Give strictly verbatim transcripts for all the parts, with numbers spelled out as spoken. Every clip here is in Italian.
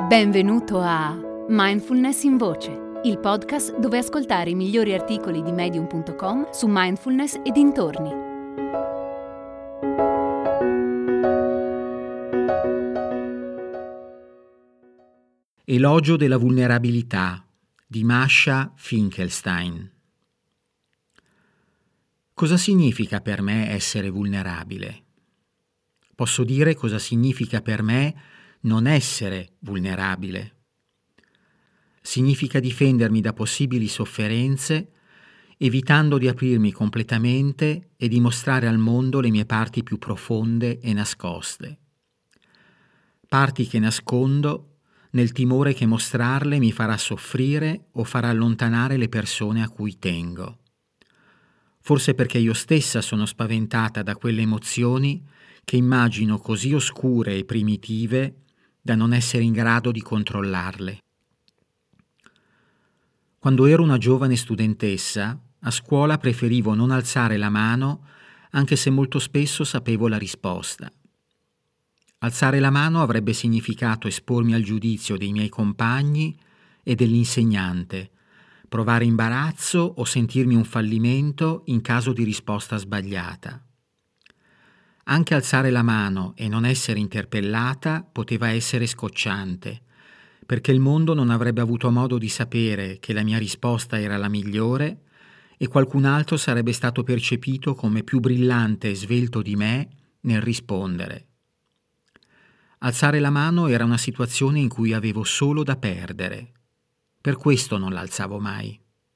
Benvenuto a Mindfulness in Voce, il podcast dove ascoltare i migliori articoli di medium punto com su mindfulness e dintorni. Elogio della vulnerabilità di Masha Finkelstein. Cosa significa per me essere vulnerabile? Posso dire cosa significa per me non essere vulnerabile. Significa difendermi da possibili sofferenze, evitando di aprirmi completamente e di mostrare al mondo le mie parti più profonde e nascoste. Parti che nascondo nel timore che mostrarle mi farà soffrire o farà allontanare le persone a cui tengo. Forse perché io stessa sono spaventata da quelle emozioni che immagino così oscure e primitive da non essere in grado di controllarle. Quando ero una giovane studentessa, a scuola preferivo non alzare la mano, anche se molto spesso sapevo la risposta. Alzare la mano avrebbe significato espormi al giudizio dei miei compagni e dell'insegnante, provare imbarazzo o sentirmi un fallimento in caso di risposta sbagliata. Anche alzare la mano e non essere interpellata poteva essere scocciante, perché il mondo non avrebbe avuto modo di sapere che la mia risposta era la migliore e qualcun altro sarebbe stato percepito come più brillante e svelto di me nel rispondere. Alzare la mano era una situazione in cui avevo solo da perdere. Per questo non l'alzavo mai.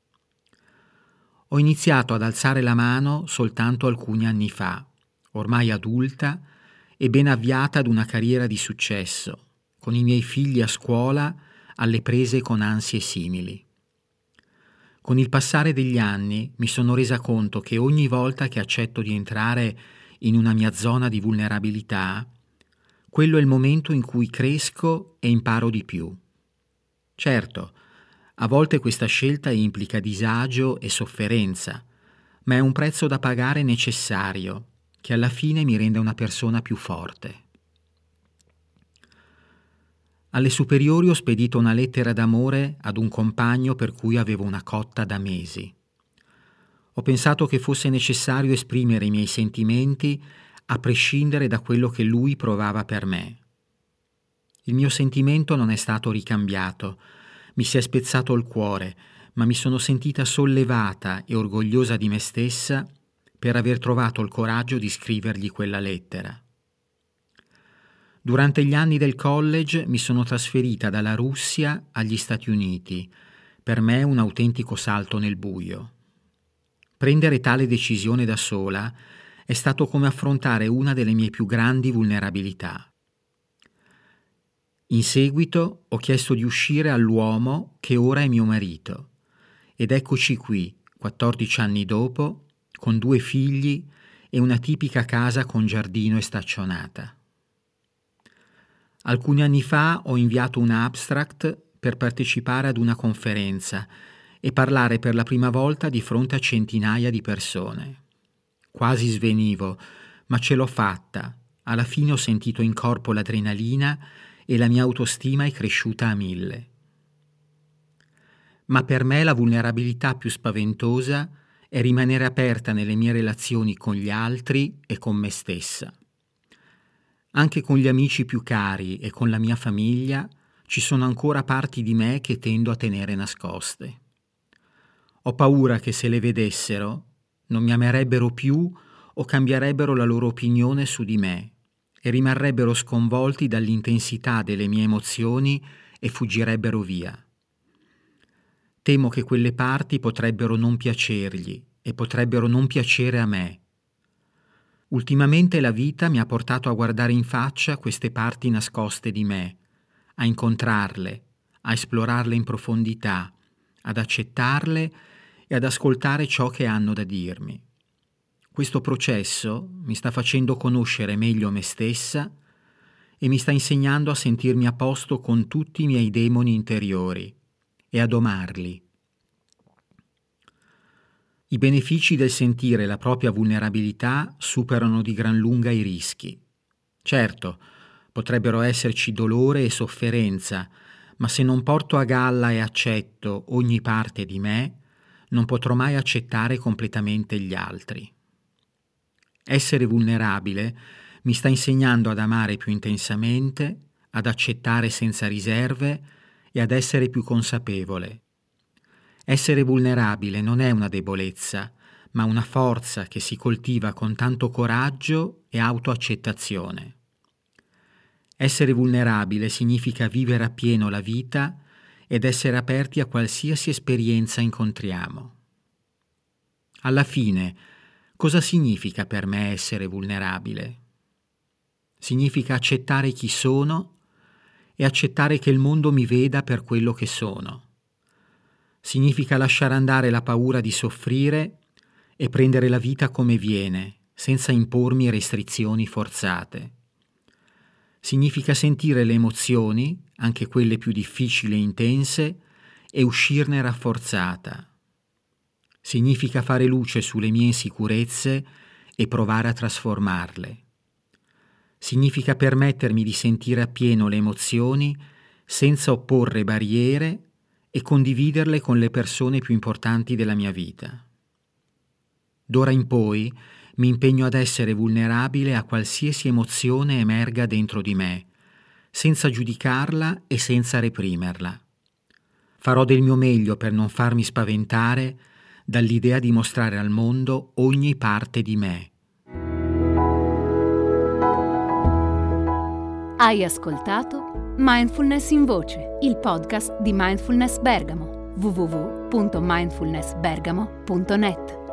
Ho iniziato ad alzare la mano soltanto alcuni anni fa, ormai adulta e ben avviata ad una carriera di successo, con i miei figli a scuola alle prese con ansie simili. Con il passare degli anni mi sono resa conto che ogni volta che accetto di entrare in una mia zona di vulnerabilità, quello è il momento in cui cresco e imparo di più. Certo, a volte questa scelta implica disagio e sofferenza, ma è un prezzo da pagare necessario, che alla fine mi rende una persona più forte. Alle superiori ho spedito una lettera d'amore ad un compagno per cui avevo una cotta da mesi. Ho pensato che fosse necessario esprimere i miei sentimenti a prescindere da quello che lui provava per me. Il mio sentimento non è stato ricambiato, mi si è spezzato il cuore, ma mi sono sentita sollevata e orgogliosa di me stessa per aver trovato il coraggio di scrivergli quella lettera. Durante gli anni del college mi sono trasferita dalla Russia agli Stati Uniti, per me un autentico salto nel buio. Prendere tale decisione da sola è stato come affrontare una delle mie più grandi vulnerabilità. In seguito ho chiesto di uscire all'uomo che ora è mio marito, ed eccoci qui, quattordici anni dopo, con due figli e una tipica casa con giardino e staccionata. Alcuni anni fa ho inviato un abstract per partecipare ad una conferenza e parlare per la prima volta di fronte a centinaia di persone. Quasi svenivo, ma ce l'ho fatta. Alla fine ho sentito in corpo l'adrenalina e la mia autostima è cresciuta a mille. Ma per me la vulnerabilità più spaventosa è rimanere aperta nelle mie relazioni con gli altri e con me stessa. Anche con gli amici più cari e con la mia famiglia ci sono ancora parti di me che tendo a tenere nascoste. Ho paura che se le vedessero non mi amerebbero più o cambierebbero la loro opinione su di me e rimarrebbero sconvolti dall'intensità delle mie emozioni e fuggirebbero via. Temo che quelle parti potrebbero non piacergli e potrebbero non piacere a me. Ultimamente la vita mi ha portato a guardare in faccia queste parti nascoste di me, a incontrarle, a esplorarle in profondità, ad accettarle e ad ascoltare ciò che hanno da dirmi. Questo processo mi sta facendo conoscere meglio me stessa e mi sta insegnando a sentirmi a posto con tutti i miei demoni interiori e a domarli. I benefici del sentire la propria vulnerabilità superano di gran lunga i rischi. Certo, potrebbero esserci dolore e sofferenza, ma se non porto a galla e accetto ogni parte di me, non potrò mai accettare completamente gli altri. Essere vulnerabile mi sta insegnando ad amare più intensamente, ad accettare senza riserve e ad essere più consapevole. Essere vulnerabile non è una debolezza, ma una forza che si coltiva con tanto coraggio e autoaccettazione. Essere vulnerabile significa vivere appieno la vita ed essere aperti a qualsiasi esperienza incontriamo. Alla fine, cosa significa per me essere vulnerabile? Significa accettare chi sono e accettare che il mondo mi veda per quello che sono. Significa lasciare andare la paura di soffrire e prendere la vita come viene, senza impormi restrizioni forzate. Significa sentire le emozioni, anche quelle più difficili e intense, e uscirne rafforzata. Significa fare luce sulle mie insicurezze e provare a trasformarle. Significa permettermi di sentire appieno le emozioni senza opporre barriere e condividerle con le persone più importanti della mia vita. D'ora in poi mi impegno ad essere vulnerabile a qualsiasi emozione emerga dentro di me, senza giudicarla e senza reprimerla. Farò del mio meglio per non farmi spaventare dall'idea di mostrare al mondo ogni parte di me. Hai ascoltato Mindfulness in Voce, il podcast di Mindfulness Bergamo, w w w punto mindfulness bergamo punto net.